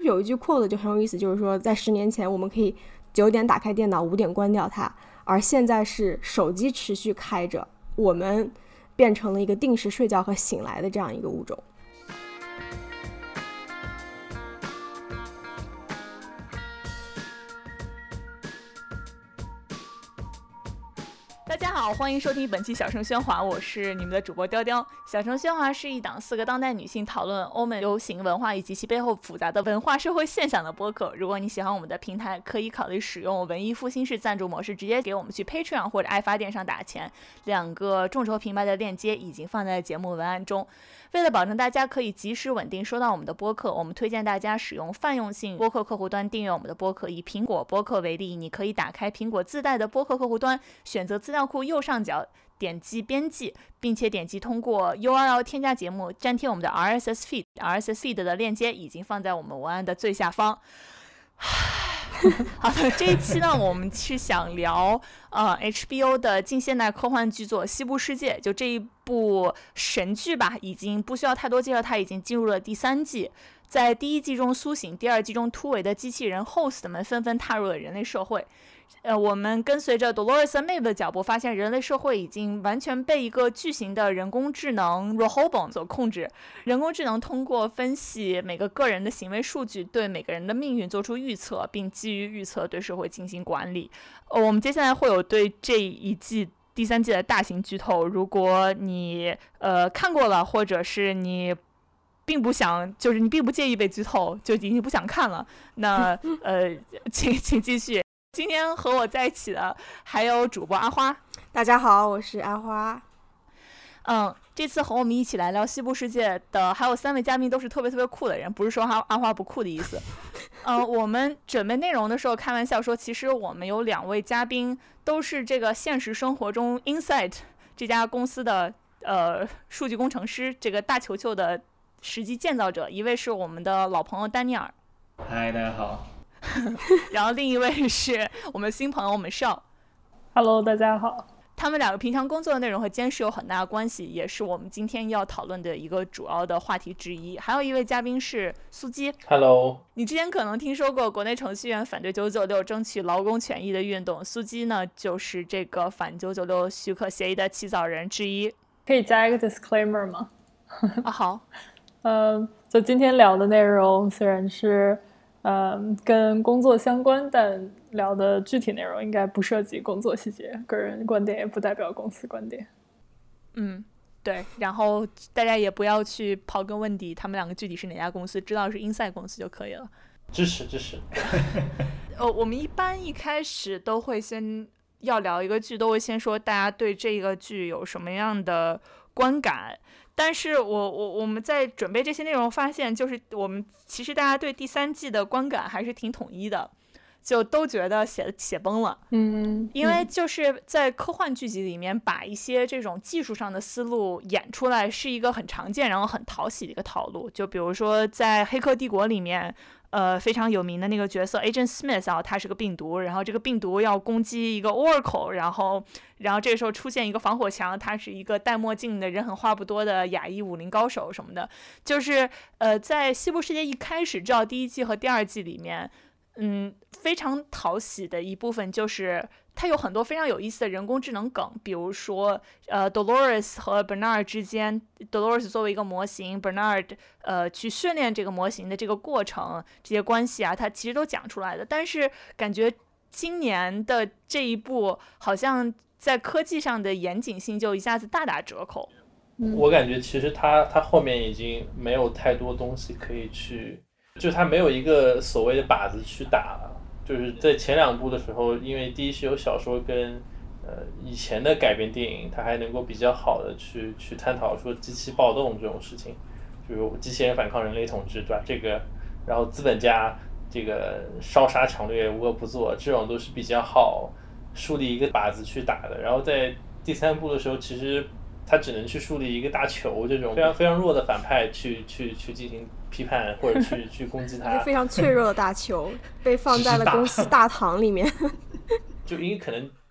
有一句 quote 就很有意思，就是说在10年前我们可以9点打开电脑，5点关掉它，而现在是手机持续开着，我们变成了一个定时睡觉和醒来的这样一个物种。 大家好，欢迎收听本期小声喧哗，我是你们的主播雕雕。小声喧哗是一档4个当代女性讨论欧美流行文化以及其背后复杂的文化社会现象的播客。如果你喜欢我们的平台，可以考虑使用文艺复兴式赞助模式，直接给我们去 Patreon 或者爱发电上打钱，2个众筹平台的链接已经放在节目文案中。为了保证大家可以及时稳定收到我们的播客，我们推荐大家使用泛用性播客客户端订阅我们的播客。以苹果播客为例，你可以打开苹果自带的播客客户端，选择资料库右上角点击编辑，并且点击通过 URL 添加节目，粘贴我们的 RSS feed。RSS feed 的链接已经放在我们文案的最下方。好的，这一期呢，我们是想聊HBO 的近现代科幻剧作《西部世界》，就这一部神剧吧，已经不需要太多介绍，它已经进入了第3季。在第1季中苏醒，第2季中突围的机器人 host 们纷纷踏入了人类社会。我们跟随着 Dolores 和 Maeve 的脚步，发现人类社会已经完全被一个巨型的人工智能 Rehoboam 所控制。人工智能通过分析每个个人的行为数据，对每个人的命运做出预测，并基于预测对社会进行管理。我们接下来会有对这一季第3季的大型剧透，如果你看过了，或者是你并不想，就是你并不介意被剧透，就已经不想看了，那请继续。今天和我在一起的还有主播阿花。 大家好，我是阿花。 这次和我们一起来聊西部世界的还有3位嘉宾都是特别特别酷的人，不是说阿花不酷的意思。我们准备内容的时候开玩笑说，其实我们有2位嘉宾都是这个现实生活中 Insight 这家公司的数据工程师，这个大球球的实际建造者。一位是我们的老朋友丹尼尔。 嗨，大家好。 然后另一位是我们新朋友美少。 Hello， 大家好。 他们2个平常工作的内容和监视有很大的关系，也是我们今天要讨论的一个主要的话题之一。还有一位嘉宾是苏基。 Hello。 你之前可能听说过国内程序员反对996争取劳工权益的运动，苏基呢就是这个反996许可协议的起草人之一。 可以加一个 disclaimer 吗？ 好。 就今天聊的内容虽然是跟工作相关，但聊的具体内容应该不涉及工作细节，个人观点也不代表公司观点。 对，然后大家也不要去刨根问底他们2个具体是哪家公司，知道是 Insight 公司就可以了。 支持。 我们一般一开始都会先要聊一个剧，都会先说大家对这个剧有什么样的观感。但是我们在准备这些内容发现，就是我们其实大家对第3季的观感还是挺统一的，就都觉得写崩了。因为就是在科幻剧集里面把一些这种技术上的思路演出来是一个很常见然后很讨喜的一个套路。就比如说在黑客帝国里面非常有名的那个角色 Agent Smith 啊，他是个病毒，然后这个病毒要攻击一个 Oracle， 然后这个时候出现一个防火墙，他是一个戴墨镜的人狠话不多的亚裔武林高手什么的。就是在西部世界一开始至少第1季和第2季里面非常讨喜的一部分就是它有很多非常有意思的人工智能梗，比如说Dolores 和 Bernard 之间， Dolores 作为一个模型， Bernard 去训练这个模型的这个过程，这些关系啊，它其实都讲出来的。但是感觉今年的这一部好像在科技上的严谨性就一下子大打折扣。 我感觉其实它后面已经没有太多东西可以去，就是它没有一个所谓的靶子去打了。就是在前2部的时候，因为第一是有小说跟以前的改编电影，它还能够比较好的去探讨说机器暴动这种事情，就是机器人反抗人类统治，对吧？这个，然后资本家这个烧杀抢掠无恶不作，这种都是比较好树立一个靶子去打的。然后在第3部的时候，其实他只能去树立一个大球，这种非常非常弱的反派去进行批判或者去攻击他， 非常脆弱的大球被放在了公司大堂里面。 就因为可能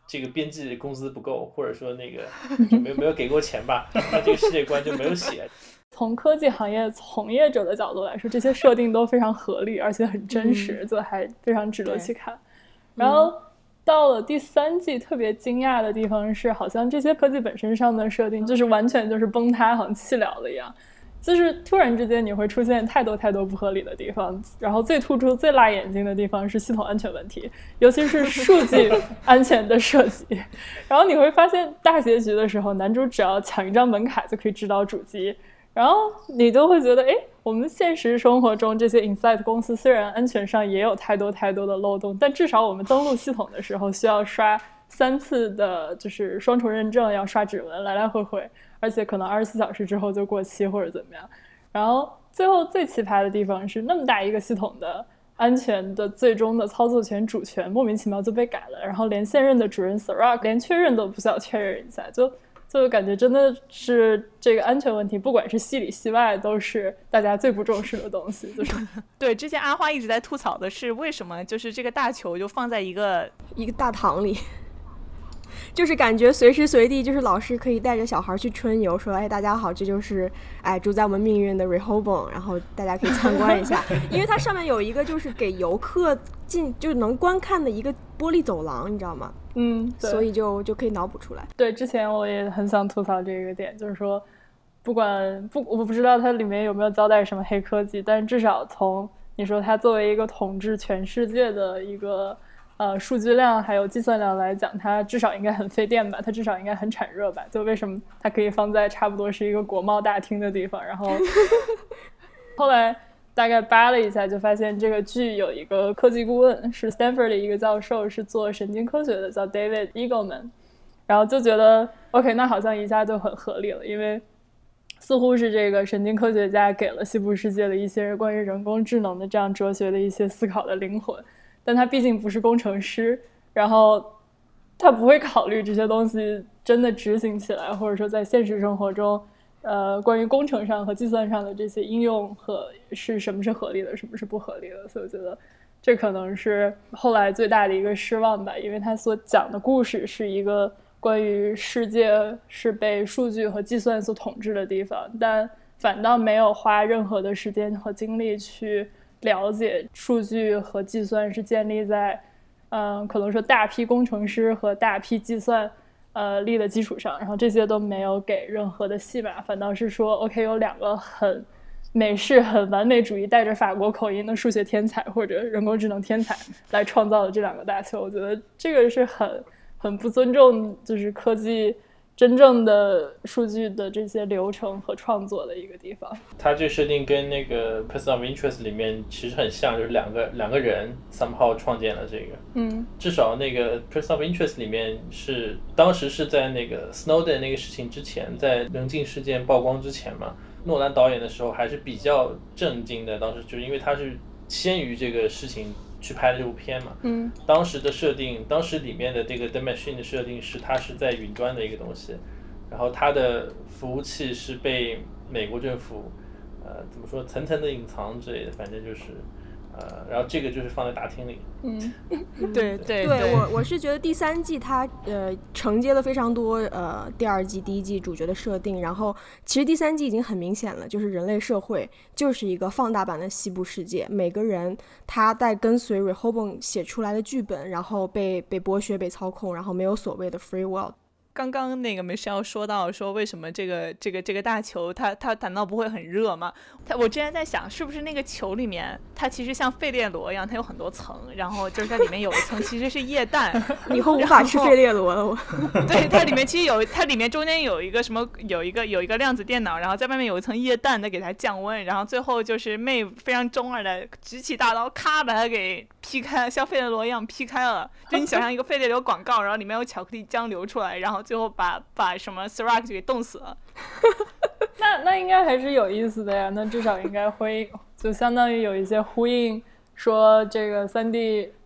这个编辑工资不够，或者说那个就没有给过钱吧，那这个世界观就没有写。 从科技行业从业者的角度来说，这些设定都非常合理，而且很真实，就还非常值得去看。然后到了第3季，特别惊讶的地方是，好像这些科技本身上的设定就是完全就是崩塌，好像气了了一样。就是突然之间你会出现太多不合理的地方，然后最突出最辣眼睛的地方是系统安全问题，尤其是数据安全的设计。然后你会发现大结局的时候，男主只要抢一张门卡就可以知道主机，然后你就会觉得我们现实生活中这些 Insight 公司虽然安全上也有太多的漏洞，但至少我们登录系统的时候需要刷3次的就是双重认证，要刷指纹来来回回，而且可能24小时之后就过期或者怎么样。然后最后最奇葩的地方是，那么大一个系统的安全的最终的操作权主权莫名其妙就被改了，然后连现任的主人 Serac 连确认都不需要确认一下，就感觉真的是这个安全问题不管是戏里戏外都是大家最不重视的东西。就是对，之前阿花一直在吐槽的是为什么就是这个大球就放在一个大堂里，就是感觉随时随地就是老师可以带着小孩去春游，说大家好，这就是主宰我们命运的 Rehoboam， 然后大家可以参观一下。因为它上面有一个就是给游客进就能观看的一个玻璃走廊，你知道吗？所以就可以脑补出来。 对，之前我也很想吐槽这个点，就是说我不知道它里面有没有交代什么黑科技，但是至少从你说它作为一个统治全世界的一个数据量还有计算量来讲，它至少应该很费电吧，它至少应该很产热吧，就为什么它可以放在差不多是一个国贸大厅的地方。然后后来大概扒了一下，就发现这个剧有一个科技顾问是 Stanford 的一个教授，是做神经科学的，叫 David Eagleman。然后就觉得 OK， 那好像一下就很合理了，因为似乎是这个神经科学家给了西部世界的一些关于人工智能的这样哲学的一些思考的灵魂，但他毕竟不是工程师，然后他不会考虑这些东西真的执行起来，或者说在现实生活中关于工程上和计算上的这些应用和是什么是合理的，什么是不合理的。所以我觉得这可能是后来最大的一个失望吧，因为他所讲的故事是一个关于世界是被数据和计算所统治的地方，但反倒没有花任何的时间和精力去了解数据和计算是建立在可能说大批工程师和大批计算力的基础上，然后这些都没有给任何的戏码，反倒是说 OK 有2个很美式很完美主义带着法国口音的数学天才或者人工智能天才来创造了这2个大球。我觉得这个是很不尊重就是科技真正的数据的这些流程和创作的一个地方。 它这设定跟那个 Person of Interest 里面其实很像，就是两个人 somehow 创建了这个。至少那个 Person of Interest 里面是当时是在那个 Snowden 那个事情之前，在棱镜事件曝光之前嘛，诺兰导演的时候还是比较震惊的，当时就是因为他是先于这个事情去拍的这部片嘛。当时的设定，当时里面的这个 The Machine 的设定是它是在云端的一个东西，然后它的服务器是被美国政府怎么说层层的隐藏之类的，反正就是然后这个就是放在大厅里。 对， 我是觉得第3季它承接了非常多第2季第1季主角的设定，然后其实第3季已经很明显了，就是人类社会就是一个放大版的西部世界，每个人他在跟随 Rehoboam 写出来的剧本，然后被剥削被操控，然后没有所谓的 free will。 刚刚那个Michelle说到说为什么这个大球它难道不会很热吗？我之前在想是不是那个球里面它其实像费列罗一样，它有很多层，然后就是它里面有一层其实是液氮。 以后无法吃费列罗了我。 对，它里面其实它里面中间有一个什么有一个量子电脑，然后在外面有一层液氮在给它降温，然后最后就是妹非常中二的举起大刀咔把它给劈开，像费列罗一样劈开了。就你想象一个费列罗广告，然后里面有巧克力浆流出来，然后最后把什么 Serac 给冻死了。 那应该还是有意思的呀，那至少应该会就相当于有一些呼应，说这个3D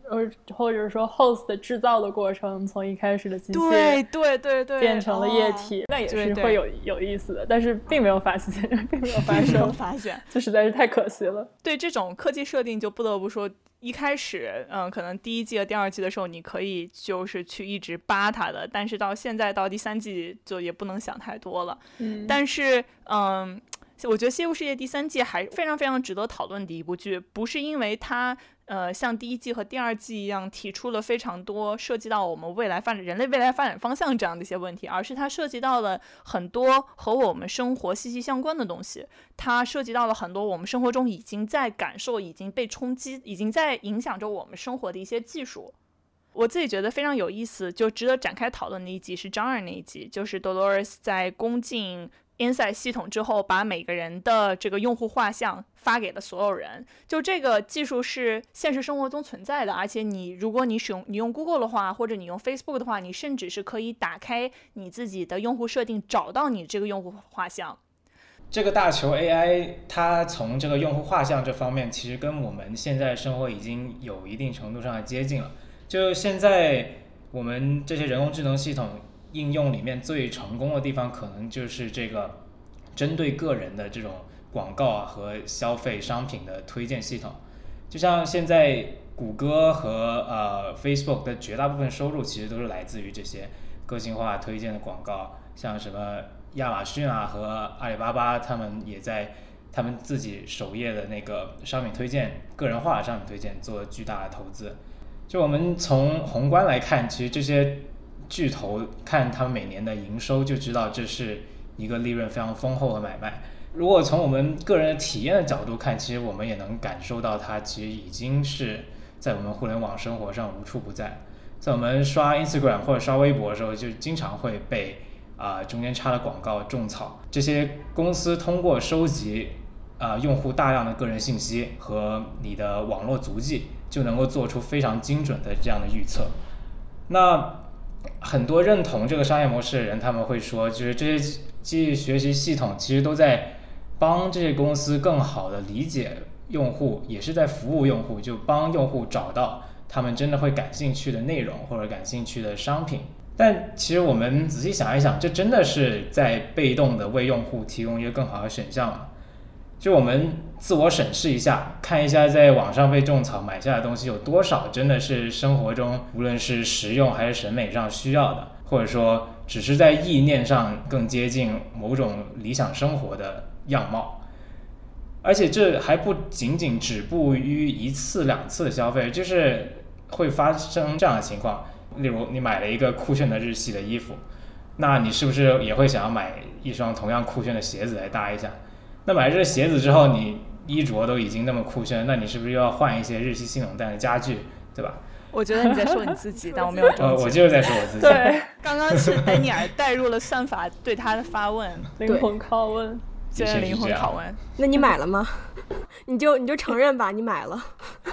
或者说 host 制造的过程从一开始的机械对变成了液体，那也是会有意思的，但是并没有发现，并没有发生，这实在是太可惜了。 对这种科技设定，就不得不说，一开始可能第1季和第2季的时候你可以就是去一直扒它的，但是到现在到第3季就也不能想太多了。但是我觉得《西部世界》第3季还非常非常值得讨论的一部剧，不是因为它像第1季和第2季一样提出了非常多涉及到我们人类未来发展方向这样的一些问题，而是它涉及到了很多和我们生活息息相关的东西，它涉及到了很多我们生活中已经在感受、已经被冲击、已经在影响着我们生活的一些技术。我自己觉得非常有意思，就值得展开讨论的一集是张二那一集，就是 Dolores 在攻进Insight 系统之后，把每个人的这个用户画像发给了所有人。就这个技术是现实生活中存在的，而且如果你用 Google 的话，或者你用 Facebook 的话，你甚至是可以打开你自己的用户设定，找到你这个用户画像。 这个大球 AI 它从这个用户画像这方面，其实跟我们现在生活已经有一定程度上的接近了。就现在我们这些人工智能系统应用里面最成功的地方，可能就是这个针对个人的这种广告和消费商品的推荐系统。就像现在谷歌和Facebook 的绝大部分收入其实都是来自于这些个性化推荐的广告，像什么亚马逊啊和阿里巴巴，他们也在他们自己首页的那个商品推荐，个人化的商品推荐做了巨大的投资。就我们从宏观来看，其实这些巨头看他们每年的营收就知道这是一个利润非常丰厚的买卖。如果从我们个人的体验的角度看，其实我们也能感受到它其实已经是在我们互联网生活上无处不在。在我们刷 Instagram 或者刷微博的时候，就经常会被中间插的广告种草。这些公司通过收集用户大量的个人信息和你的网络足迹，就能够做出非常精准的这样的预测。那很多认同这个商业模式的人，他们会说，就是这些机器学习系统其实都在帮这些公司更好的理解用户，也是在服务用户，就帮用户找到他们真的会感兴趣的内容或者感兴趣的商品。但其实我们仔细想一想，这真的是在被动的为用户提供一个更好的选项吗？就我们自我审视一下，看一下在网上被种草买下的东西有多少真的是生活中无论是实用还是审美上需要的，或者说只是在意念上更接近某种理想生活的样貌。而且这还不仅仅止步于1次2次的消费，就是会发生这样的情况。例如你买了一个酷炫的日系的衣服，那你是不是也会想要买一双同样酷炫的鞋子来搭一下？那买这鞋子之后，你衣着都已经那么酷炫，那你是不是又要换一些日系系统带的家具，对吧？ 我觉得你在说你自己，但我没有证据。 我就是在说我自己。 对， 刚刚是丹尼尔带入了算法对他的发问， 灵魂拷问， 这是灵魂拷问。 那你买了吗？你就承认吧，你买了。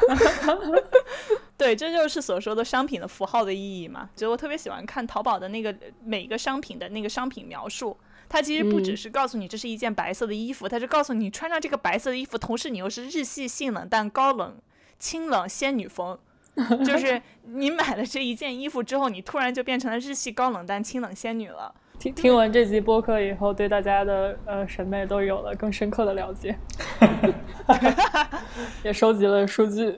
对，这就是所说的商品的符号的意义嘛。就我特别喜欢看淘宝的那个每一个商品的那个商品描述，它其实不只是告诉你这是一件白色的衣服，它是告诉你穿上这个白色的衣服，同时你又是日系性冷但高冷清冷仙女风。就是你买了这一件衣服之后，你突然就变成了日系高冷但清冷仙女了。 听完这集播客以后，对大家的审美都有了更深刻的了解，也收集了数据，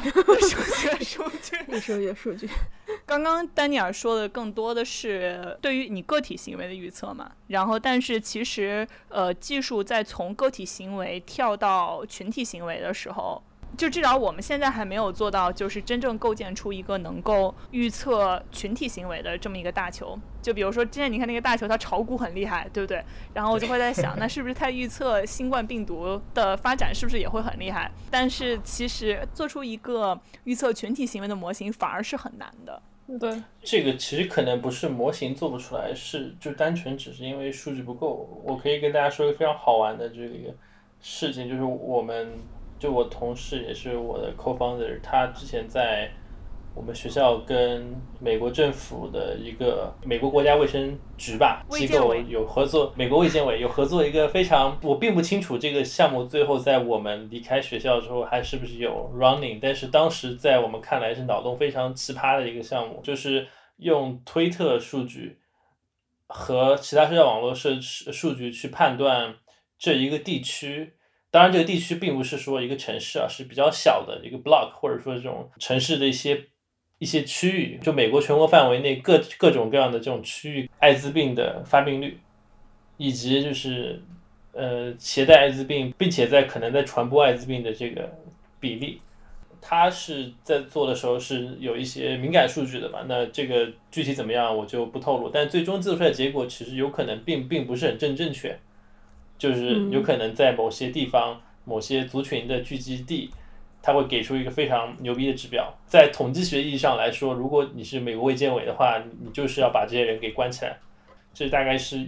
收集了数据。 刚刚丹尼尔说的更多的是对于你个体行为的预测嘛，然后但是其实技术在从个体行为跳到群体行为的时候，就至少我们现在还没有做到，就是真正构建出一个能够预测群体行为的这么一个大球。就比如说之前你看那个大球，它炒股很厉害，对不对？然后我就会在想，那是不是它预测新冠病毒的发展是不是也会很厉害？但是其实做出一个预测群体行为的模型反而是很难的。 对， 这个其实可能不是模型做不出来，是就单纯只是因为数据不够。我可以跟大家说一个非常好玩的这个事情，就是我同事也是我的 co-founder， 他之前在我们学校跟美国政府的一个美国国家卫生局吧机构有合作，美国卫健委有合作一个非常，我并不清楚这个项目最后在我们离开学校之后还是不是有 running， 但是当时在我们看来是脑洞非常奇葩的一个项目，就是用推特数据和其他社交网络数据去判断这一个地区。当然这个地区并不是说一个城市啊，是比较小的一个 block， 或者说这种城市的一些区域，就美国全国范围内各种各样的这种区域艾滋病的发病率，以及就是携带艾滋病并且可能在传播艾滋病的这个比例。他是在做的时候是有一些敏感数据的嘛，那这个具体怎么样我就不透露，但最终做出来的结果其实有可能并不是很正确，就是有可能在某些地方某些族群的聚集地，它会给出一个非常牛逼的指标。在统计学意义上来说，如果你是美国卫健委的话，你就是要把这些人给关起来。这大概是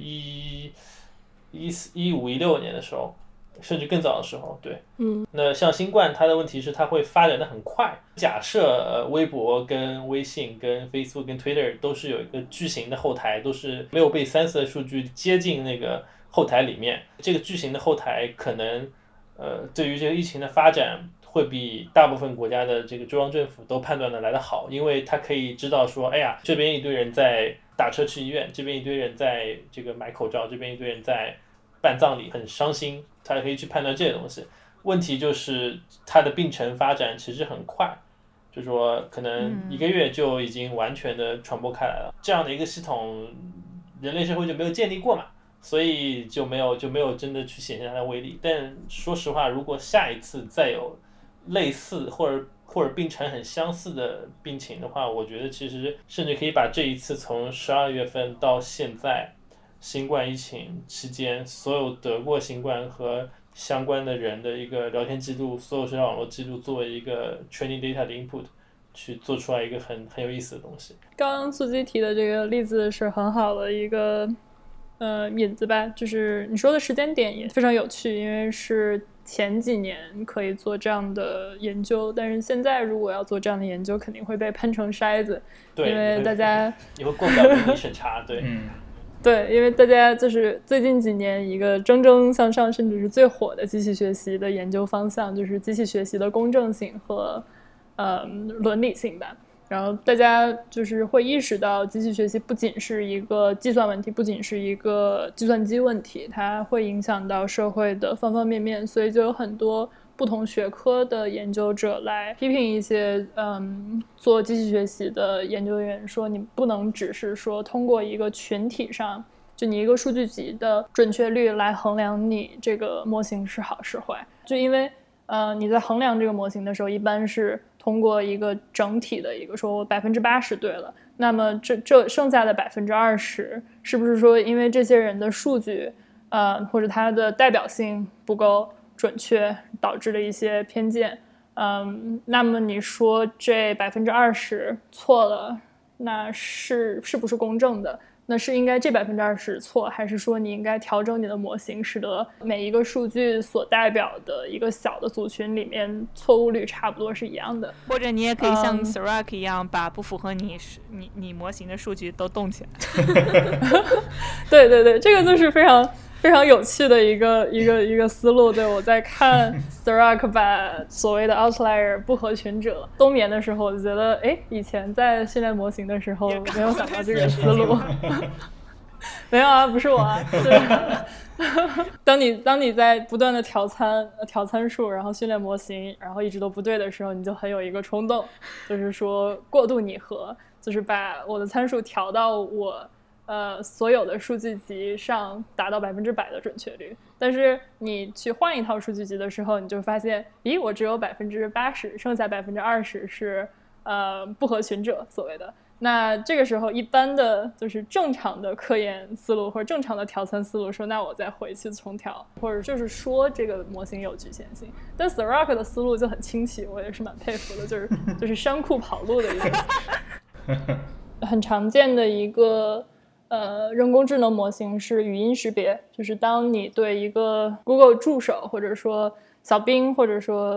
15-16年的时候，甚至更早的时候，对，那像新冠，它的问题是它会发展的很快。假设微博跟微信跟 Facebook 跟 Twitter 都是有一个巨型的后台，都是没有被3C数据接进那个后台里面，这个巨型的后台可能对于这个疫情的发展会比大部分国家的这个中央政府都判断的来得好，因为它可以知道说，哎呀，这边一堆人在打车去医院，这边一堆人在这个买口罩，这边一堆人在办葬礼，很伤心，它可以去判断这些东西。问题就是它的病程发展其实很快，就是说可能1个月就已经完全的传播开来了。这样的一个系统，人类社会就没有建立过嘛，所以就没有真的去显现它的威力。但说实话，如果下一次再有类似或者病程很相似的病情的话，我觉得其实甚至可以把这一次从12月份到现在新冠疫情期间所有得过新冠和相关的人的一个聊天记录，所有社交网络记录作为一个 training data 的 input， 去做出来一个很有意思的东西。 刚刚素鸡提的这个例子是很好的一个引子吧，就是你说的时间点也非常有趣，因为是前几年可以做这样的研究，但是现在如果要做这样的研究肯定会被喷成筛子， 对， 因为大家你会过不了伦理审查，对， 对，因为大家就是最近几年一个蒸蒸向上甚至是最火的机器学习的研究方向，就是机器学习的公正性和伦理性吧。然后大家就是会意识到机器学习不仅是一个计算问题，不仅是一个计算机问题，它会影响到社会的方方面面，所以就有很多不同学科的研究者来批评一些做机器学习的研究员，说你不能只是说通过一个群体上，就你一个数据集的准确率来衡量你这个模型是好是坏，就因为你在衡量这个模型的时候，一般是通过一个整体的一个说我80%对了，那么这剩下的20%是不是说因为这些人的数据或者它的代表性不够准确导致了一些偏见，那么你说这20%错了，那是不是公正的？那是应该这20%错，还是说你应该调整你的模型，使得每一个数据所代表的一个小的组群里面错误率差不多是一样的？ 或者你也可以像 Sirac 一样，把不符合你模型的数据都动起来。 对对对，这个就是非常有趣的一个思路。对，我在看 Sirac 把所谓的 outlier 不合群者冬眠的时候，我就觉得以前在训练模型的时候没有想到这个思路。没有啊，不是我啊，当你在不断的调参数，然后训练模型，然后一直都不对的时候，你就很有一个冲动，就是说过度拟合，就是把我的参数调到我所有的数据集上达到100%的准确率，但是你去换一套数据集的时候，你就发现，咦，我只有80%，剩下20%是不合群者所谓的。那这个时候，一般的就是正常的科研思路或者正常的调参思路说，那我再回去重调，或者就是说这个模型有局限性。但 Sirac 的思路就很清晰，我也是蛮佩服的，就是山库跑路的一个很常见的一个人工智能模型是语音识别，就是当你对一个 Google 助手或者说小冰或者说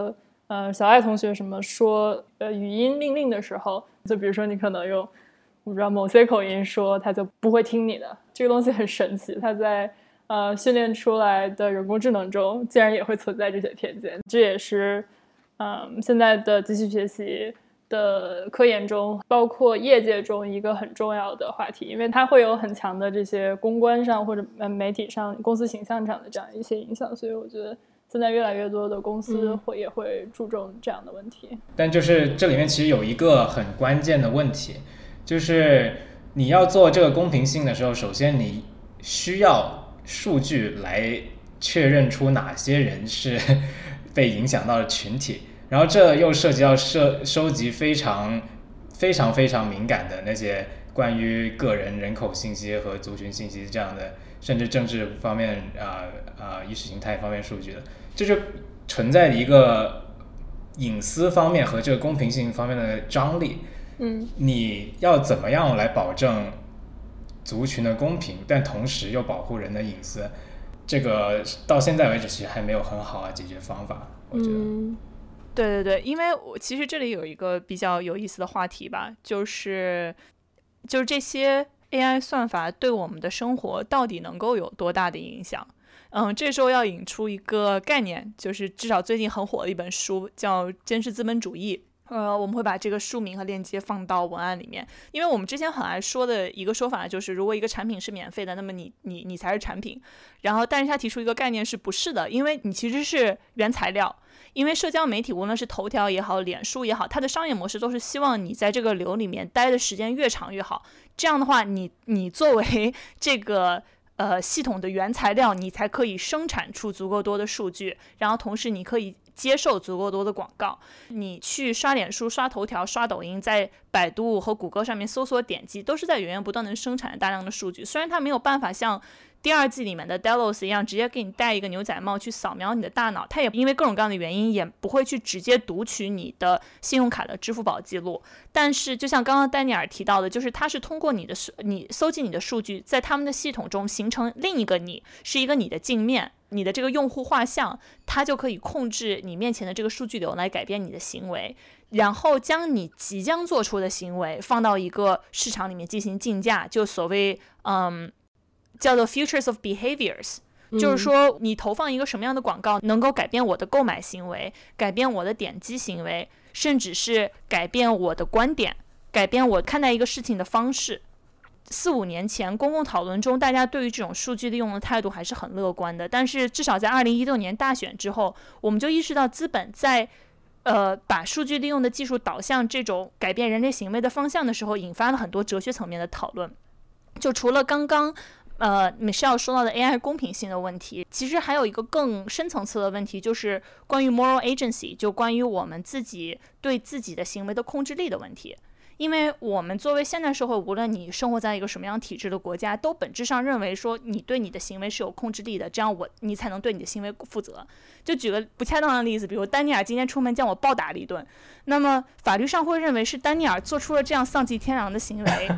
小爱同学什么说语音命令的时候，就比如说你可能用我不知道某些口音说，它就不会听你的。这个东西很神奇，它在训练出来的人工智能中竟然也会存在这些偏见。这也是现在的机器学习的科研中，包括业界中一个很重要的话题，因为它会有很强的这些公关上或者媒体上公司形象上的这样一些影响，所以我觉得现在越来越多的公司也会注重这样的问题。 但就是这里面其实有一个很关键的问题，就是你要做这个公平性的时候，首先你需要数据来确认出哪些人是被影响到的群体，然后这又涉及到收集非常敏感的那些关于个人人口信息和族群信息这样的，甚至政治方面意识形态方面数据的，这就存在一个隐私方面和这个公平性方面的张力。你要怎么样来保证族群的公平，但同时又保护人的隐私？这个到现在为止其实还没有很好的解决方法，我觉得。 对对对，因为我其实这里有一个比较有意思的话题吧，就是这些 AI 算法对我们的生活到底能够有多大的影响？这时候要引出一个概念，就是至少最近很火的一本书，叫《监视资本主义》。我们会把这个书名和链接放到文案里面，因为我们之前很爱说的一个说法就是，如果一个产品是免费的，那么你才是产品。然后，但是他提出一个概念是不是的，因为你其实是原材料。因为社交媒体无论是头条也好，脸书也好，它的商业模式都是希望你在这个流里面待的时间越长越好。这样的话，你作为这个系统的原材料，你才可以生产出足够多的数据，然后同时你可以接受足够多的广告。你去刷脸书、刷头条、刷抖音，在百度和谷歌上面搜索点击，都是在源源不断的生产大量的数据。虽然它没有办法像第二季里面的 Delos 一样直接给你戴一个牛仔帽去扫描你的大脑，它也因为各种各样的原因也不会去直接读取你的信用卡的支付宝记录。但是就像刚刚丹尼尔提到的，就是它是通过你搜集你的数据，在他们的系统中形成另一个你，是一个你的镜面，你的这个用户画像，它就可以控制你面前的这个数据流来改变你的行为，然后将你即将做出的行为放到一个市场里面进行竞价，就所谓叫做 futures of behaviors， 就是说你投放一个什么样的广告能够改变我的购买行为，改变我的点击行为，甚至是改变我的观点，改变我看待一个事情的方式。4-5年前公共讨论中，大家对于这种数据利用的态度还是很乐观的，但是至少在2016年大选之后，我们就意识到资本在把数据利用的技术导向这种改变人类行为的方向的时候，引发了很多哲学层面的讨论。就除了刚刚Michelle 说到的 AI 公平性的问题，其实还有一个更深层次的问题，就是关于 moral agency， 就关于我们自己对自己的行为的控制力的问题。因为我们作为现代社会，无论你生活在一个什么样体制的国家，都本质上认为说你对你的行为是有控制力的，这样你才能对你的行为负责。就举个不恰当的例子，比如丹尼尔今天出门将我暴打了一顿，那么法律上会认为是丹尼尔做出了这样丧尽天良的行为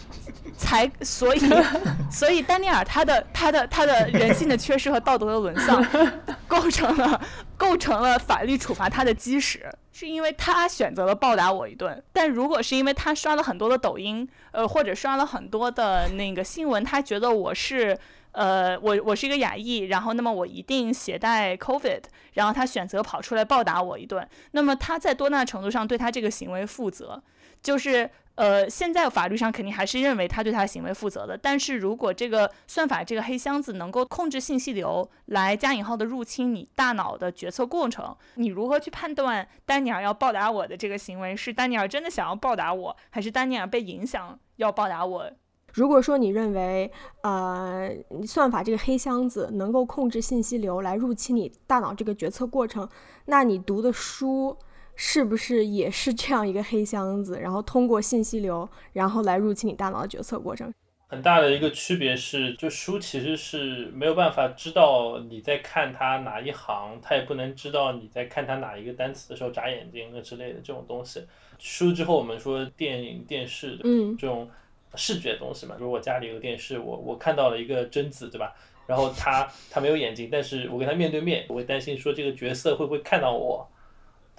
所以丹尼尔他的人性的缺失和道德的沦丧构成了法律处罚他的基石，是因为他选择了暴打我一顿。但如果是因为他刷了很多的抖音或者刷了很多的那个新闻，他觉得我是我是一个亚裔，然后那么我一定携带 COVID， 然后他选择跑出来暴打我一顿，那么他在多大程度上对他这个行为负责？就是现在法律上肯定还是认为他对他的行为负责的，但是如果这个算法这个黑箱子能够控制信息流来加引号的入侵你大脑的决策过程，你如何去判断丹尼尔要暴打我的这个行为是丹尼尔真的想要暴打我，还是丹尼尔被影响要暴打我？ 如果说你认为算法这个黑箱子能够控制信息流来入侵你大脑这个决策过程，那你读的书是不是也是这样一个黑箱子，然后通过信息流然后来入侵你大脑的决策过程？ 很大的一个区别是，就书其实是没有办法知道你在看它哪一行，它也不能知道你在看它哪一个单词的时候眨眼睛的之类的这种东西。书之后我们说电影电视的这种视觉的东西嘛，比如我家里有个电视，我看到了一个贞子，对吧？然后他没有眼睛，但是我跟他面对面，我会担心说这个角色会不会看到我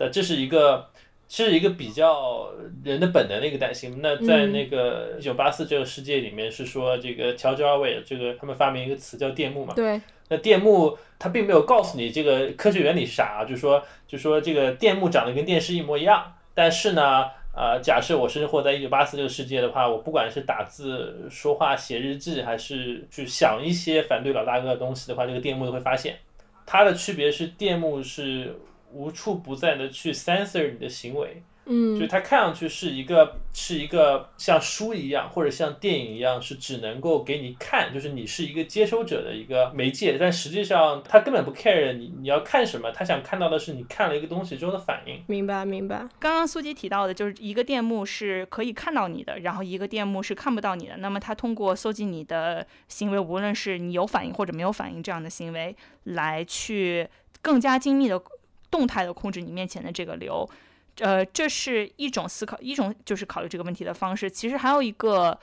这是一个比较人的本能的一个担心。那在那个1984这个世界里面是说这个乔治奥威尔这个他们发明一个词叫电幕嘛。 对。 那电幕它并没有告诉你这个科学原理是啥，就说这个电幕长得跟电视一模一样，但是呢假设我生活在1984这个世界的话，我不管是打字、说话、写日记，还是去想一些反对老大哥的东西的话，这个电幕都会发现。它的区别是电幕是无处不在的去 censor 你的行为，就是它看上去是一个像书一样或者像电影一样，是只能够给你看，就是你是一个接收者的一个媒介，但实际上它根本不 care 你要看什么，他想看到的是你看了一个东西之后的反应。 明白。 刚刚苏吉提到的就是一个电幕是可以看到你的，然后一个电幕是看不到你的，那么它通过搜集你的行为，无论是你有反应或者没有反应这样的行为，来去更加精密的动态的控制你面前的这个流。这是一种思考，一种就是考虑这个问题的方式。其实还有一个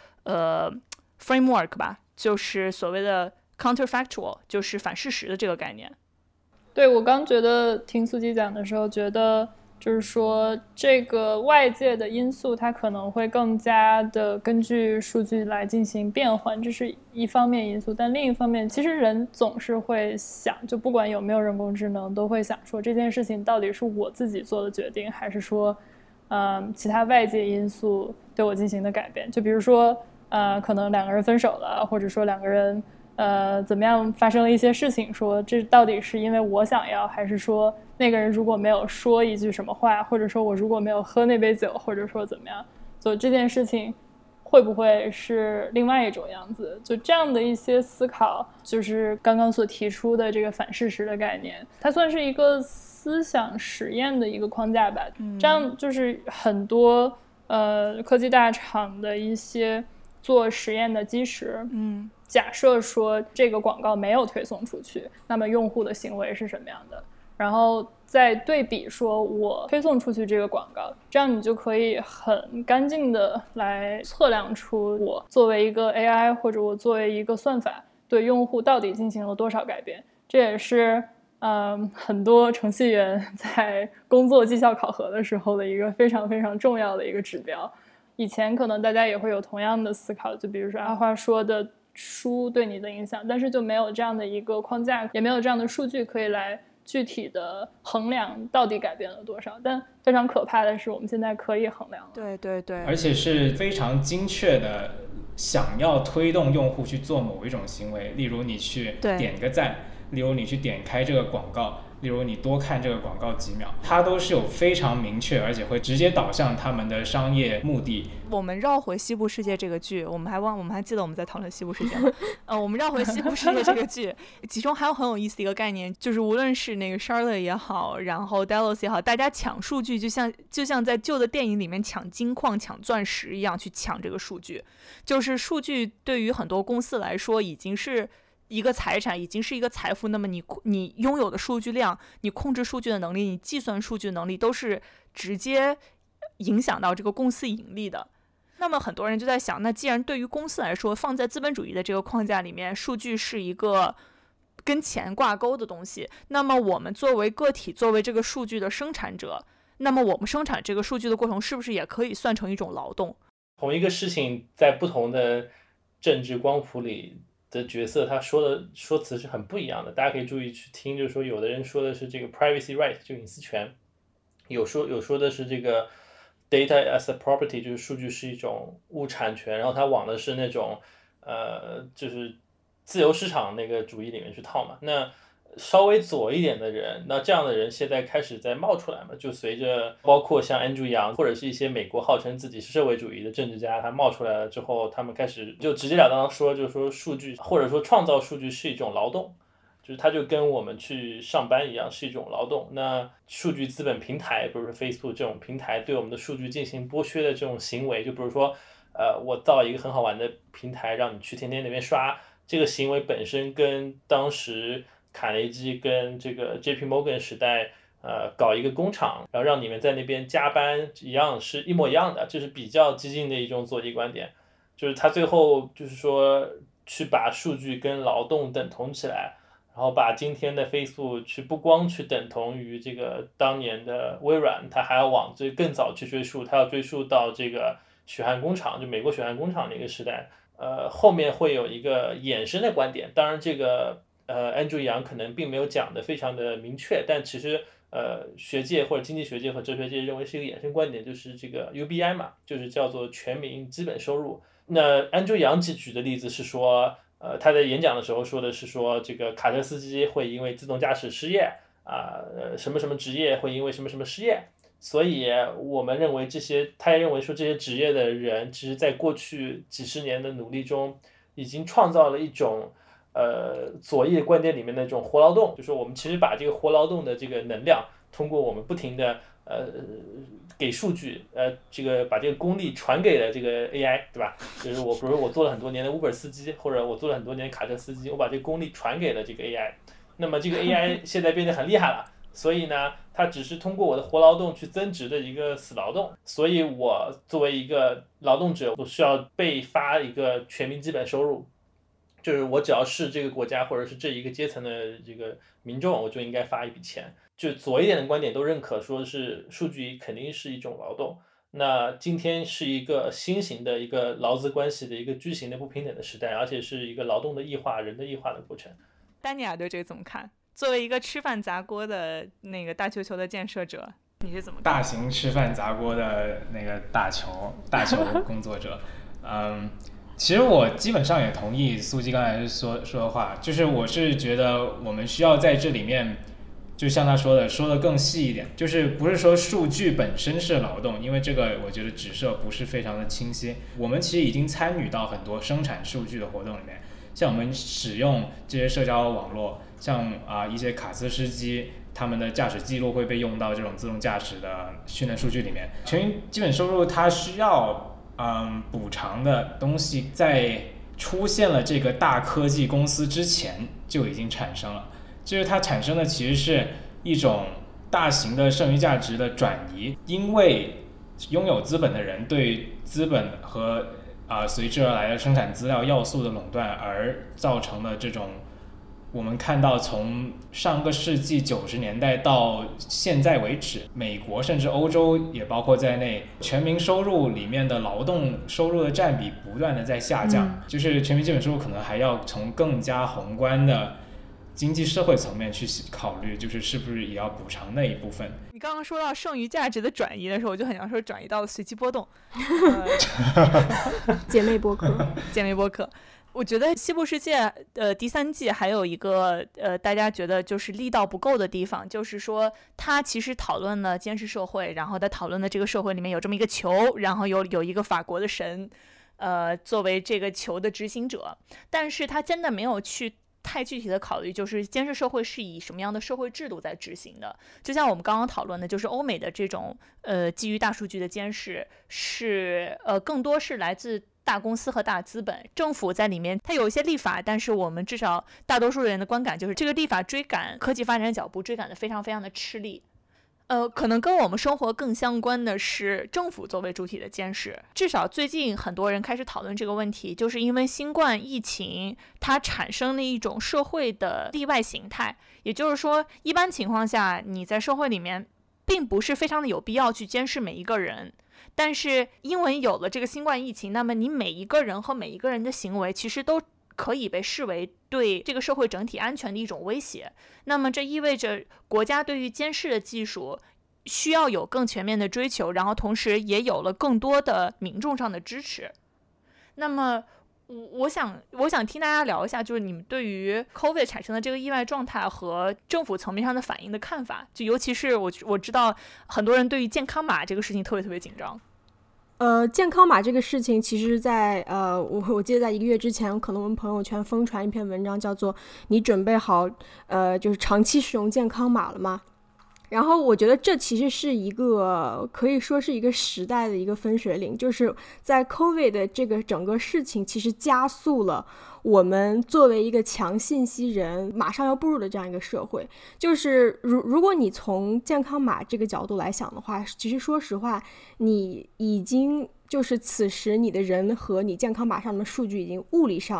framework 吧，就是所谓的 counterfactual， 就是反事实的这个概念。 对，我刚觉得听苏基讲的时候，觉得就是说这个外界的因素它可能会更加的根据数据来进行变换，这是一方面因素。但另一方面，其实人总是会想，就不管有没有人工智能，都会想说这件事情到底是我自己做的决定，还是说其他外界因素对我进行的改变。就比如说可能两个人分手了，或者说两个人怎么样发生了一些事情，说这到底是因为我想要，还是说那个人如果没有说一句什么话，或者说我如果没有喝那杯酒，或者说怎么样，就这件事情会不会是另外一种样子。就这样的一些思考，就是刚刚所提出的这个反事实的概念，它算是一个思想实验的一个框架吧。这样就是很多科技大厂的一些做实验的基石。假设说这个广告没有推送出去，那么用户的行为是什么样的，然后再对比说我推送出去这个广告，这样你就可以很干净的来测量出我作为一个 AI 或者我作为一个算法对用户到底进行了多少改变。这也是很多程序员在工作绩效考核的时候的一个非常非常重要的一个指标。以前可能大家也会有同样的思考，就比如说阿花说的书对你的影响，但是就没有这样的一个框架，也没有这样的数据可以来具体的衡量到底改变了多少。但非常可怕的是我们现在可以衡量了。 对， 而且是非常精确的想要推动用户去做某一种行为，例如你去点个赞，例如你去点开这个广告，例如你多看这个广告几秒，它都是有非常明确而且会直接导向他们的商业目的。 我们绕回西部世界这个剧，我们还记得我们在讨论西部世界吗？我们绕回西部世界这个剧，其中还有很有意思的一个概念，就是无论是那个 Charlotte 也好，然后 Delos 也好，大家抢数据就像在旧的电影里面抢金矿、抢钻石一样去抢这个数据。就是数据对于很多公司来说已经是一个财产，已经是一个财富。那么你拥有的数据量，你控制数据的能力，你计算数据的能力，都是直接影响到这个公司盈利的。那么很多人就在想，那既然对于公司来说，放在资本主义的这个框架里面，数据是一个跟钱挂钩的东西，那么我们作为个体，作为这个数据的生产者，那么我们生产这个数据的过程是不是也可以算成一种劳动？ 同一个事情在不同的政治光谱里的角色，他说辞是很不一样的。大家可以注意去听，就是说有的人说的是这个 privacy right， 就隐私权，有说的是这个 data as a property， 就是数据是一种物产权，然后他往的是那种就是自由市场那个主义里面去套嘛。那稍微左一点的人，那这样的人现在开始在冒出来嘛，就随着包括像 Andrew Yang 或者是一些美国号称自己是社会主义的政治家，他冒出来了之后，他们开始就直截了当说，就是说数据或者说创造数据是一种劳动，就是它就跟我们去上班一样是一种劳动。那数据资本平台，比如说 Facebook 这种平台对我们的数据进行剥削的这种行为，就比如说我造一个很好玩的平台让你去天天那边刷，这个行为本身跟当时卡内基跟这个 JP Morgan 时代搞一个工厂，然后让你们在那边加班一样，是一模一样的，这是比较激进的一种左翼观点。就是他最后就是说去把数据跟劳动等同起来，然然后把今天的飞速去不光去等同于这个当年的微软，它还要往这更早去追溯，它要追溯到这个血汗工厂，就美国血汗工厂那个时代。后面会有一个衍生的观点，当然这个Andrew Yang 可能并没有讲的非常的明确，但其实学界或者经济学界和哲学界认为是一个衍生观点，就是这个 UBI 嘛，就是叫做全民基本收入。那 Andrew Yang 举的例子是说，他在演讲的时候说的是说，这个卡车司机会因为自动驾驶失业什么什么职业会因为什么什么失业，所以我们认为他也认为说这些职业的人，其实在过去几十年的努力中，已经创造了一种左翼观点里面的这种活劳动，就是我们其实把这个活劳动的这个能量，通过我们不停的给数据，这个把这个功力传给了这个 AI， 对吧？就是比如我做了很多年的 Uber 司机，或者我做了很多年的卡车司机，我把这个功力传给了这个 AI， 那么这个 AI 现在变得很厉害了，所以呢，它只是通过我的活劳动去增值的一个死劳动，所以我作为一个劳动者，我需要被发一个全民基本收入。就是我只要是这个国家或者是这一个阶层的这个民众，我就应该发一笔钱。就左一点的观点都认可说是数据肯定是一种劳动。那今天是一个新型的一个劳资关系的一个巨型的不平等的时代，而且是一个劳动的异化、人的异化的过程。 丹尼尔对这个怎么看？作为一个吃饭砸锅的那个大球球的建设者，你是怎么看？ 大型吃饭砸锅的那个大球工作者，其实我基本上也同意苏基刚才说的话，就是我是觉得我们需要在这里面，就像他说的更细一点，就是不是说数据本身是劳动，因为这个我觉得指涉不是非常的清晰。我们其实已经参与到很多生产数据的活动里面，像我们使用这些社交网络，像一些卡车司机他们的驾驶记录会被用到这种自动驾驶的训练数据里面。全民基本收入它需要补偿的东西在出现了这个大科技公司之前就已经产生了，就是它产生的其实是一种大型的剩余价值的转移，因为拥有资本的人对资本和随之而来的生产资料要素的垄断而造成的这种我们看到从上个世纪90年代到现在为止，美国甚至欧洲也包括在内，全民收入里面的劳动收入的占比不断的在下降，就是全民基本收入可能还要从更加宏观的经济社会层面去考虑，就是是不是也要补偿那一部分。 你刚刚说到剩余价值的转移的时候，我就很想说转移到了随机波动。 姐妹播客。 我觉得《西部世界》第3季还有一个大家觉得就是力道不够的地方，就是说它其实讨论了监视社会，然后它讨论的这个社会里面有这么一个球，然后有一个法国的神作为这个球的执行者，但是它真的没有去太具体的考虑，就是监视社会是以什么样的社会制度在执行的。就像我们刚刚讨论的，就是欧美的这种基于大数据的监视是更多是来自大公司和大资本，政府在里面它有一些立法，但是我们至少大多数人的观感就是这个立法追赶科技发展的脚步，追赶的非常非常的吃力。可能跟我们生活更相关的是政府作为主体的监视。至少最近很多人开始讨论这个问题，就是因为新冠疫情它产生了一种社会的例外形态，也就是说一般情况下你在社会里面并不是非常的有必要去监视每一个人，但是因为有了这个新冠疫情，那么你每一个人和每一个人的行为其实都可以被视为对这个社会整体安全的一种威胁。那么这意味着国家对于监视的技术需要有更全面的追求，然后同时也有了更多的民众上的支持。那么我想听大家聊一下，就是你们对于 COVID 产生的这个意外状态和政府层面上的反应的看法，就尤其是我知道很多人对于健康码这个事情特别特别紧张。 健康码这个事情，其实在我记得在1个月之前，可能我们朋友圈疯传一篇文章，叫做你准备好就是长期使用健康码了吗？然后我觉得这其实是一个可以说是一个时代的一个分水岭，就是在 COVID 的这个整个事情其实加速了我们作为一个强信息人马上要步入的这样一个社会。就是如果你从健康码这个角度来想的话，其实说实话你已经就是此时你的人和你健康码上的数据已经物理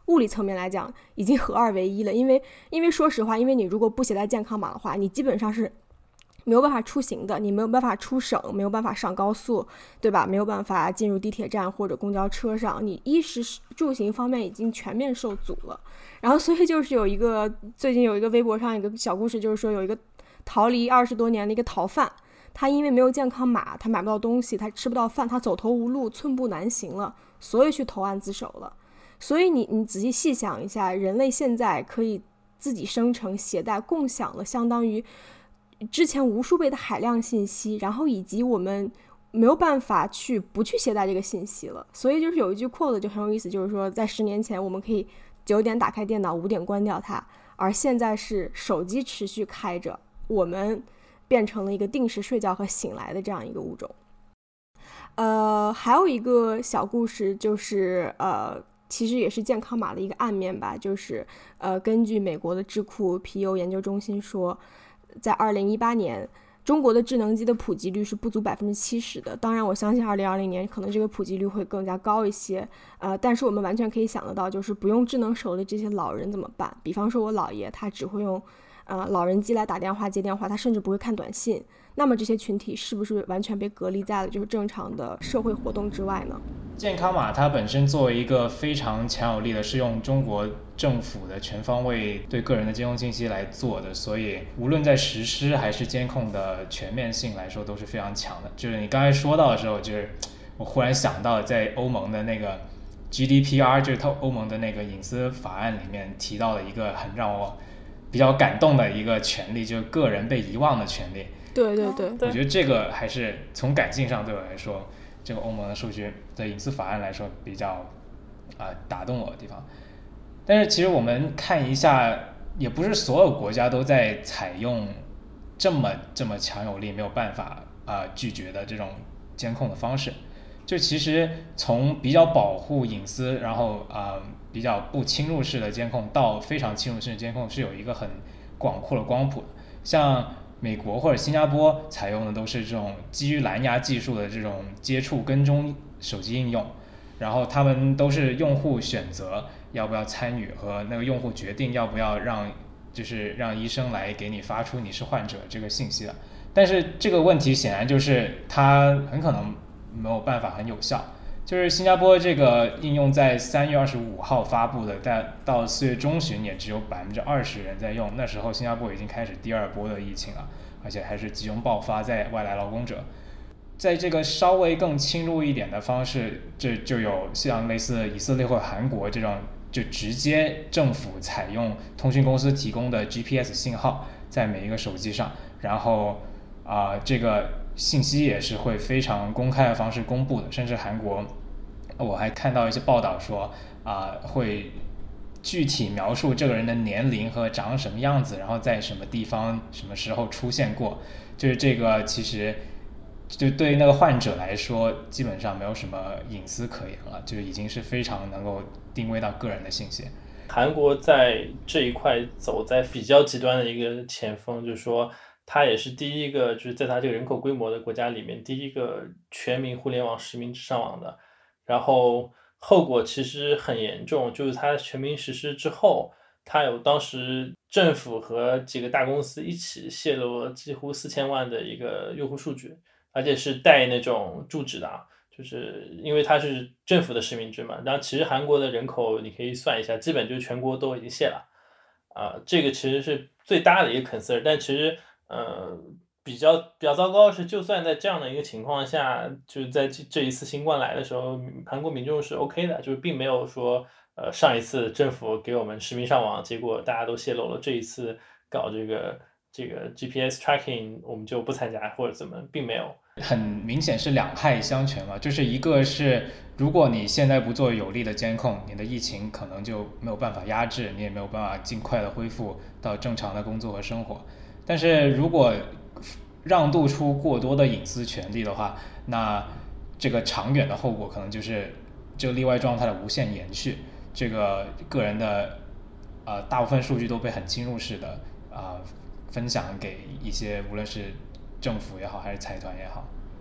物理层面来讲已经合二为一了。因为说实话，因为你如果不携带健康码的话，你基本上是没有办法出行的，你没有办法出省，没有办法上高速，对吧？没有办法进入地铁站或者公交车上，你衣食住行方面已经全面受阻了。然后所以就是最近有一个微博上一个小故事，就是说有一个逃离20多年的一个逃犯，他因为没有健康码，他买不到东西，他吃不到饭，他走投无路，寸步难行了，所以去投案自首了。所以你仔细细想一下，人类现在可以自己生成、携带、共享了相当于之前无数倍的海量信息，然后以及我们没有办法不去携带这个信息了。所以就是有一句 quote 就很有意思，就是说在10年前我们可以9点打开电脑，5点关掉它，而现在是手机持续开着，我们变成了一个定时睡觉和醒来的这样一个物种。还有一个小故事就是其实也是健康码的一个暗面吧，就是根据美国的智库皮尤研究中心说，在2018年中国的智能机的普及率是不足70%的。当然我相信2020年可能这个普及率会更加高一些，但是我们完全可以想得到，就是不用智能手的这些老人怎么办。比方说我姥爷他只会用老人机来打电话接电话，他甚至不会看短信，那么这些群体是不是完全被隔离在了就是正常的社会活动之外呢？ 健康码它本身作为一个非常强有力的，是用中国政府的全方位对个人的监控信息来做的，所以无论在实施还是监控的全面性来说都是非常强的。就是你刚才说到的时候，就是我忽然想到在欧盟的那个 GDPR， 就是欧盟的那个隐私法案里面提到了一个很让我比较感动的一个权利，就是个人被遗忘的权利。 对对对， 我觉得这个还是从感性上对我来说，这个欧盟的数据的隐私法案来说比较打动我的地方。但是其实我们看一下，也不是所有国家都在采用这么强有力没有办法拒绝的这种监控的方式。就其实从比较保护隐私，然后比较不侵入式的监控到非常侵入式的监控是有一个很广阔的光谱。像美国或者新加坡采用的都是这种基于蓝牙技术的这种接触跟踪手机应用，然后他们都是用户选择要不要参与和那个用户决定要不要让医生来给你发出你是患者这个信息的。但是这个问题显然就是它很可能没有办法很有效。就是新加坡这个应用在3月25号发布的，但到4月中旬也只有20%人在用。那时候新加坡已经开始第2波的疫情了，而且还是集中爆发在外来劳工者。在这个稍微更侵入一点的方式，这就有像类似以色列或韩国这种，就直接政府采用通讯公司提供的 GPS 信号在每一个手机上，然后这个信息也是会非常公开的方式公布的。甚至韩国我还看到一些报道说会具体描述这个人的年龄和长什么样子，然后在什么地方什么时候出现过。就是这个其实就对于那个患者来说基本上没有什么隐私可言了，就已经是非常能够定位到个人的信息。 韩国在这一块走在比较极端的一个前锋，就是说它也是第一个，就是在它这个人口规模的国家里面第一个全民互联网实名制上网的。然后后果其实很严重，就是它全民实施之后，它有当时政府和几个大公司一起泄露了几乎4000万的一个用户数据，而且是带那种住址的，就是因为它是政府的实名制嘛。然后其实韩国的人口你可以算一下，基本就是全国都已经泄了这个其实是最大的一个 concern。 但其实比较糟糕的是，就算在这样的一个情况下，就是在这一次新冠来的时候，韩国民众是 OK 的，就是并没有说上一次政府给我们实名上网，结果大家都泄露了，这一次搞这个 GPS tracking 我们就不参加或者怎么，并没有。 很明显是两害相权嘛，就是一个是如果你现在不做有力的监控，你的疫情可能就没有办法压制，你也没有办法尽快的恢复到正常的工作和生活。但是如果让渡出过多的隐私权利的话，那这个长远的后果可能就是这个例外状态的无限延续，这个个人的大部分数据都被很侵入式的分享给一些无论是政府也好还是财团也好。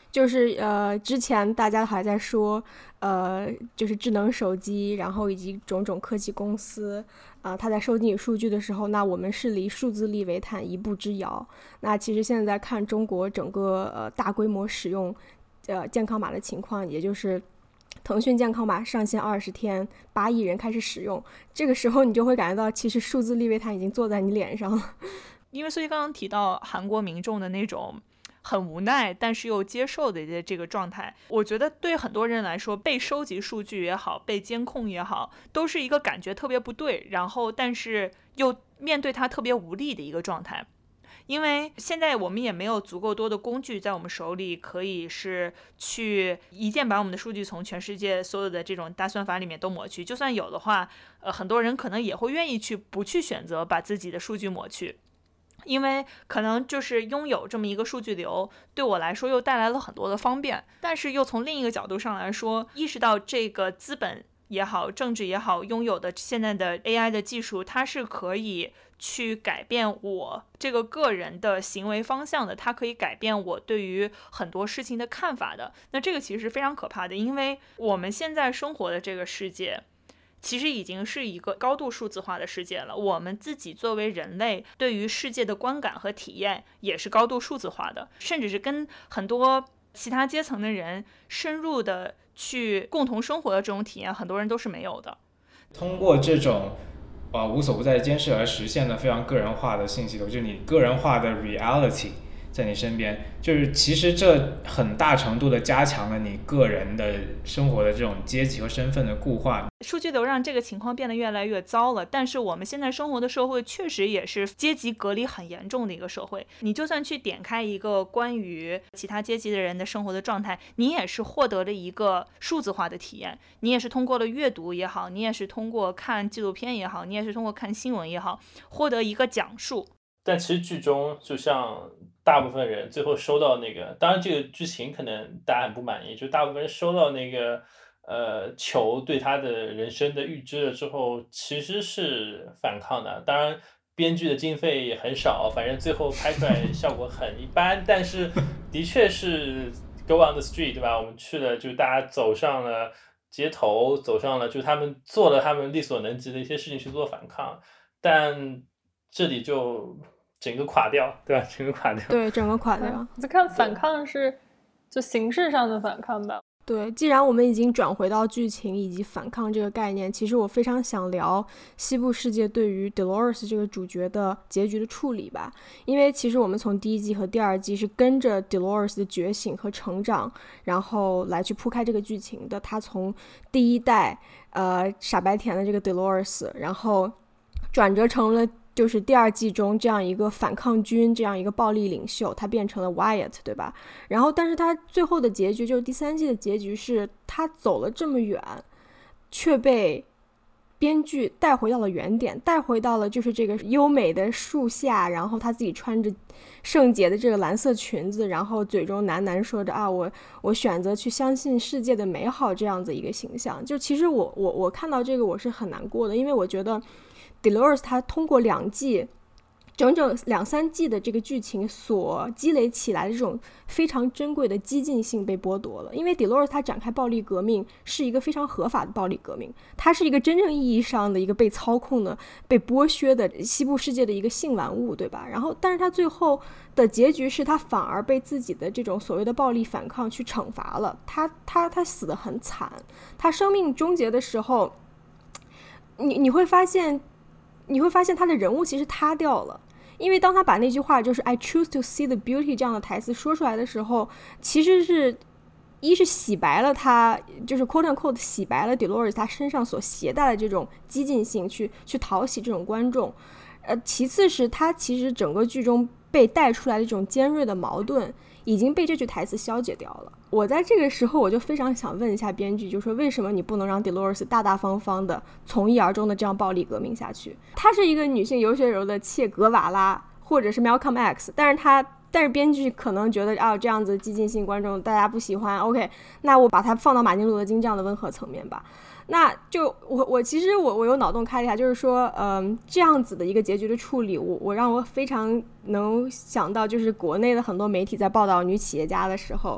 就是之前大家还在说就是智能手机，然后以及种种科技公司它在收集你数据的时候，那我们是离数字利维坦一步之遥。那其实现在看中国整个大规模使用健康码的情况，也就是腾讯健康码上线20天，8亿人开始使用，这个时候你就会感觉到其实数字利维坦已经坐在你脸上了。 因为所以刚刚提到韩国民众的那种很无奈但是又接受的这个状态，我觉得对很多人来说，被收集数据也好，被监控也好，都是一个感觉特别不对，然后但是又面对它特别无力的一个状态。因为现在我们也没有足够多的工具在我们手里，可以是去一键把我们的数据从全世界所有的这种大算法里面都抹去。就算有的话，很多人可能也会愿意不去选择把自己的数据抹去。因为可能就是拥有这么一个数据流，对我来说又带来了很多的方便，但是又从另一个角度上来说，意识到这个资本也好，政治也好，拥有的现在的 AI 的技术，它是可以去改变我这个个人的行为方向的，它可以改变我对于很多事情的看法的。那这个其实是非常可怕的，因为我们现在生活的这个世界其实已经是一个高度数字化的世界了，我们自己作为人类对于世界的观感和体验也是高度数字化的，甚至是跟很多其他阶层的人深入的去共同生活的这种体验，很多人都是没有的。 通过这种无所不在的监视而实现了非常个人化的信息流，就是你个人化的 reality 在你身边，就是其实这很大程度的加强了你个人的生活的这种阶级和身份的固化。 数据流让这个情况变得越来越糟了，但是我们现在生活的社会确实也是阶级隔离很严重的一个社会。你就算去点开一个关于其他阶级的人的生活的状态，你也是获得了一个数字化的体验，你也是通过了阅读也好，你也是通过看纪录片也好，你也是通过看新闻也好，获得一个讲述。 但其实剧中就像大部分人最后收到那个，当然这个剧情可能大家很不满意，就大部分人收到那个球对他的人生的预知了之后，其实是反抗的。当然编剧的经费也很少，反正最后拍出来效果很一般，但是的确是 go on the street 对吧，我们去了，就大家走上了街头，走上了，就他们做了他们力所能及的一些事情去做反抗，但这里就整个垮掉，对吧？整个垮掉。 对，整个垮掉。 我在看反抗是就形式上的反抗吧。 对，既然我们已经转回到剧情以及反抗这个概念，其实我非常想聊西部世界对于 Dolores 这个主角的结局的处理吧。因为其实我们从第1季和第2季是跟着 Dolores 的觉醒和成长，然后来去铺开这个剧情的。他从第一代傻白甜的这个 Dolores， 然后转折成了就是第2季中这样一个反抗军，这样一个暴力领袖，他变成了 Wyatt， 对吧？然后但是他最后的结局，就是第3季的结局，是他走了这么远，却被编剧带回到了原点，带回到了就是这个优美的树下，然后他自己穿着圣洁的这个蓝色裙子，然后嘴中喃喃说着我选择去相信世界的美好，这样子一个形象。就其实我看到这个我是很难过的，因为我觉得Dolores 他通过2季整整2-3季的这个剧情所积累起来的这种非常珍贵的激进性被剥夺了。因为 Dolores 他展开暴力革命是一个非常合法的暴力革命，它是一个真正意义上的一个被操控的、被剥削的西部世界的一个性玩物，对吧？然后但是他最后的结局是他反而被自己的这种所谓的暴力反抗去惩罚了，他死得很惨。他生命终结的时候，你会发现他的人物其实塌掉了。因为当他把那句话就是 I choose to see the beauty 这样的台词说出来的时候，其实是洗白了他，就是 quote unquote 洗白了 Dolores 他身上所携带的这种激进性，去讨喜这种观众。其次是他其实整个剧中被带出来的这种尖锐的矛盾已经被这句台词消解掉了。我在这个时候我就非常想问一下编剧，就说为什么你不能让 Dolores 大大方方的从一而终的这样暴力革命下去？她是一个女性有血柔的切格瓦拉或者是 Malcolm X， 但是编剧可能觉得这样子激进性观众大家不喜欢 OK， 那我把它放到马丁路德金这样的温和层面吧。那就我其实我有脑洞开了一下，就是说这样子的一个结局的处理，让我非常能想到就是国内的很多媒体在报道女企业家的时候，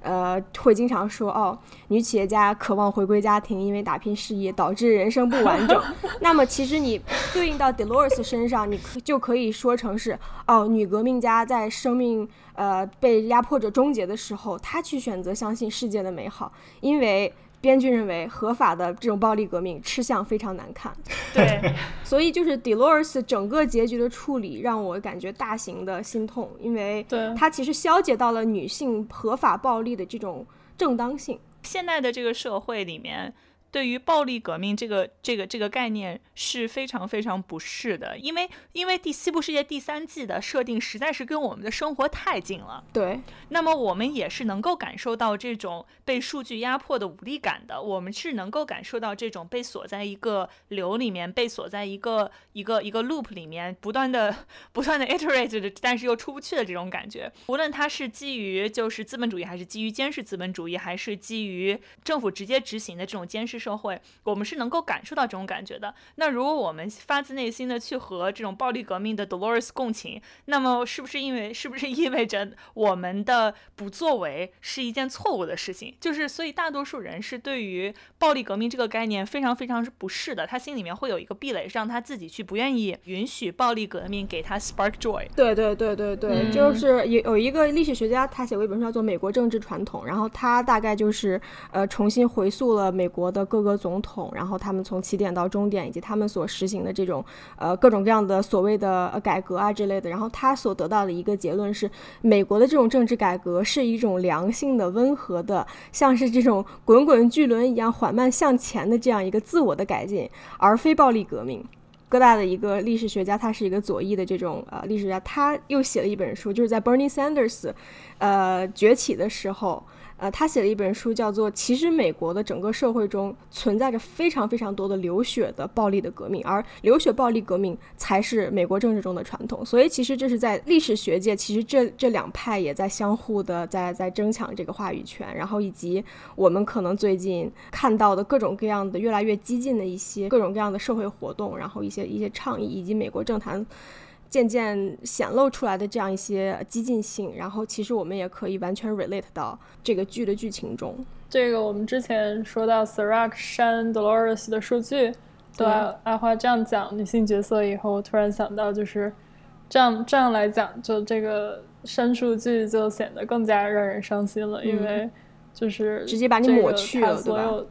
会经常说女企业家渴望回归家庭，因为打拼事业导致人生不完整。那么其实你对应到 Dolores 身上，你就可以说成是女革命家在生命被压迫者终结的时候，她去选择相信世界的美好，因为编剧认为合法的这种暴力革命吃相非常难看。 对， 所以就是 Dolores 整个结局的处理让我感觉大型的心痛，因为它其实消解到了女性合法暴力的这种正当性。 现在的这个社会里面，对于暴力革命这个概念是非常非常不适的，因为西部世界第3季的设定实在是跟我们的生活太近了。 对， 那么我们也是能够感受到这种被数据压迫的无力感的，我们是能够感受到这种被锁在一个流里面，被锁在一个 loop 里面，不断的 iterate 的，但是又出不去的这种感觉。无论它是基于就是资本主义，还是基于监视资本主义，还是基于政府直接执行的这种监视社会，我们是能够感受到这种感觉的。那如果我们发自内心的去和这种暴力革命的 Dolores 共情，那么是不是意味着我们的不作为是一件错误的事情？就是所以大多数人是对于暴力革命这个概念非常非常不适的，他心里面会有一个壁垒，让他自己去不愿意允许暴力革命给他 spark joy。 对，就是有一个历史学家，他写过一本书叫做《美国政治传统》，然后他大概就是重新回溯了美国的各个总统，然后他们从起点到终点，以及他们所实行的这种各种各样的所谓的改革啊之类的。然后他所得到的一个结论是，美国的这种政治改革是一种良性的、温和的，像是这种滚滚巨轮一样缓慢向前的这样一个自我的改进，而非暴力革命。哥大的一个历史学家，他是一个左翼的这种历史学家，他又写了一本书，就是在 Bernie Sanders 崛起的时候，他写了一本书叫做其实美国的整个社会中存在着非常非常多的流血的暴力的革命，而流血暴力革命才是美国政治中的传统。所以其实这是在历史学界，其实这两派也在相互的在争抢这个话语权，然后以及我们可能最近看到的各种各样的越来越激进的一些各种各样的社会活动，然后一些倡议，以及美国政坛渐渐显露出来的这样一些激进性，然后其实我们也可以完全 relate 到这个剧的剧情中。 这个我们之前说到 Sirac 删 Dolores 的数据，对阿花这样讲女性角色以后，我突然想到就是这样来讲，就这个删数据就显得更加让人伤心了，因为就是直接把你抹去了，对吧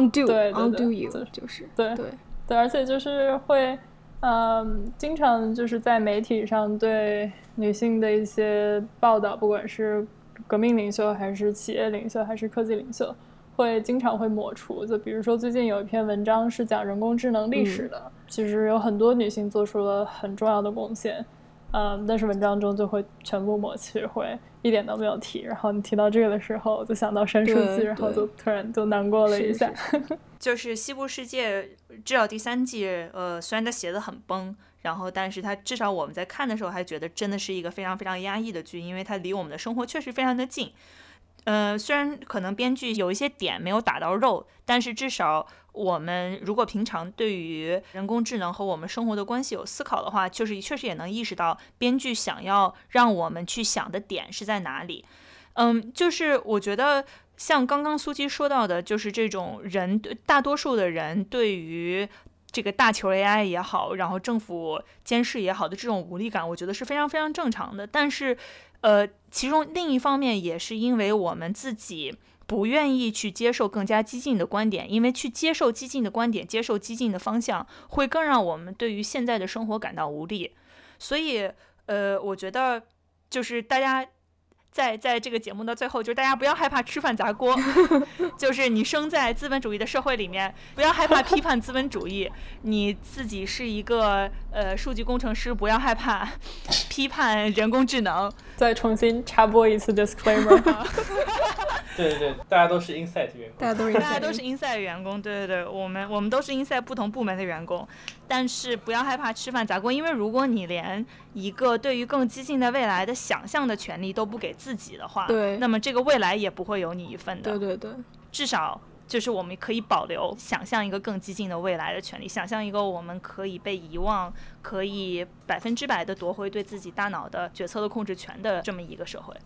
？undo you 就是对， 而且就是会经常就是在媒体上对女性的一些报道，不管是革命领袖还是企业领袖还是科技领袖，经常会抹除。就比如说最近有一篇文章是讲人工智能历史的，其实有很多女性做出了很重要的贡献，但是文章中就会全部抹去，会一点都没有提。然后你提到这个的时候，就想到删数据，然后就突然就难过了一下。 就是西部世界至少第3季，虽然它写得很崩，然后但是它至少我们在看的时候还觉得真的是一个非常非常压抑的剧，因为它离我们的生活确实非常的近。虽然可能编剧有一些点没有打到肉，但是至少我们如果平常对于人工智能和我们生活的关系有思考的话，就是确实也能意识到编剧想要让我们去想的点是在哪里。就是我觉得像刚刚苏琪说到的，就是这种人，大多数的人对于这个大球 AI 也好，然后政府监视也好的这种无力感，我觉得是非常非常正常的。但是其中另一方面也是因为我们自己不愿意去接受更加激进的观点，因为去接受激进的观点，接受激进的方向，会更让我们对于现在的生活感到无力。所以我觉得就是大家在这个节目的最后，就是大家不要害怕吃饭砸锅，就是你生在资本主义的社会里面，不要害怕批判资本主义，你自己是一个数据工程师，不要害怕批判人工智能。 再重新插播一次 disclaimer。 对，大家都是 Insight 员工， 大家都是 Insight 员工，对，我们都是 Insight 不同部门的员工，但是不要害怕吃饭砸锅，因为如果你连一个对于更激进的未来的想象的权利都不给自己的话， 对， 那么这个未来也不会有你一份的。 对， 至少就是我们可以保留想象一个更激进的未来的权利，想象一个我们可以被遗忘，可以100%的夺回对自己大脑的决策的控制权的这么一个社会。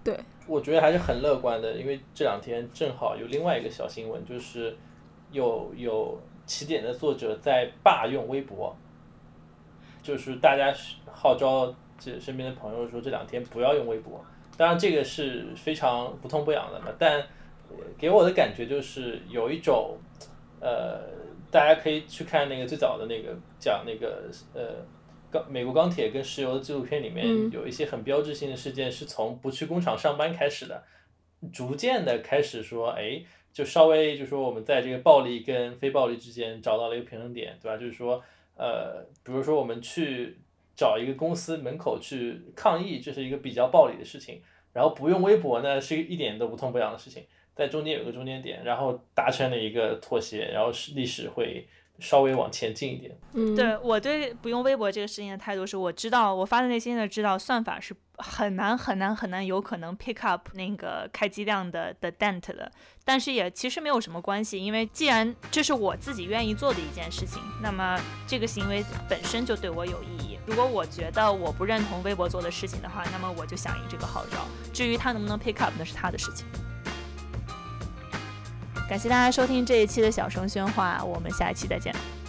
对， 我觉得还是很乐观的，因为这2天正好有另外一个小新闻，就是有起点的作者在罢用微博，就是大家号召这身边的朋友说这2天不要用微博。当然这个是非常不痛不痒的嘛，但给我的感觉就是有一种大家可以去看那个最早的那个讲那个美国钢铁跟石油的纪录片里面，有一些很标志性的事件是从不去工厂上班开始的，逐渐的开始说，哎，就稍微就说我们在这个暴力跟非暴力之间找到了一个平衡点，对吧？就是说比如说我们去找一个公司门口去抗议，这是一个比较暴力的事情，然后不用微博呢是一点都不痛不痒的事情，在中间有个中间点，然后达成了一个妥协，然后历史会稍微往前进一点。 对，我对不用微博这个事情的态度是，我知道，我发自内心的知道算法是很难有可能 pick up 那个开机量的 dent 的，但是也其实没有什么关系，因为既然这是我自己愿意做的一件事情，那么这个行为本身就对我有意义。如果我觉得我不认同微博做的事情的话，那么我就响应这个号召，至于他能不能 pick up 那是他的事情。感谢大家收听这一期的小声喧哗，我们下一期再见。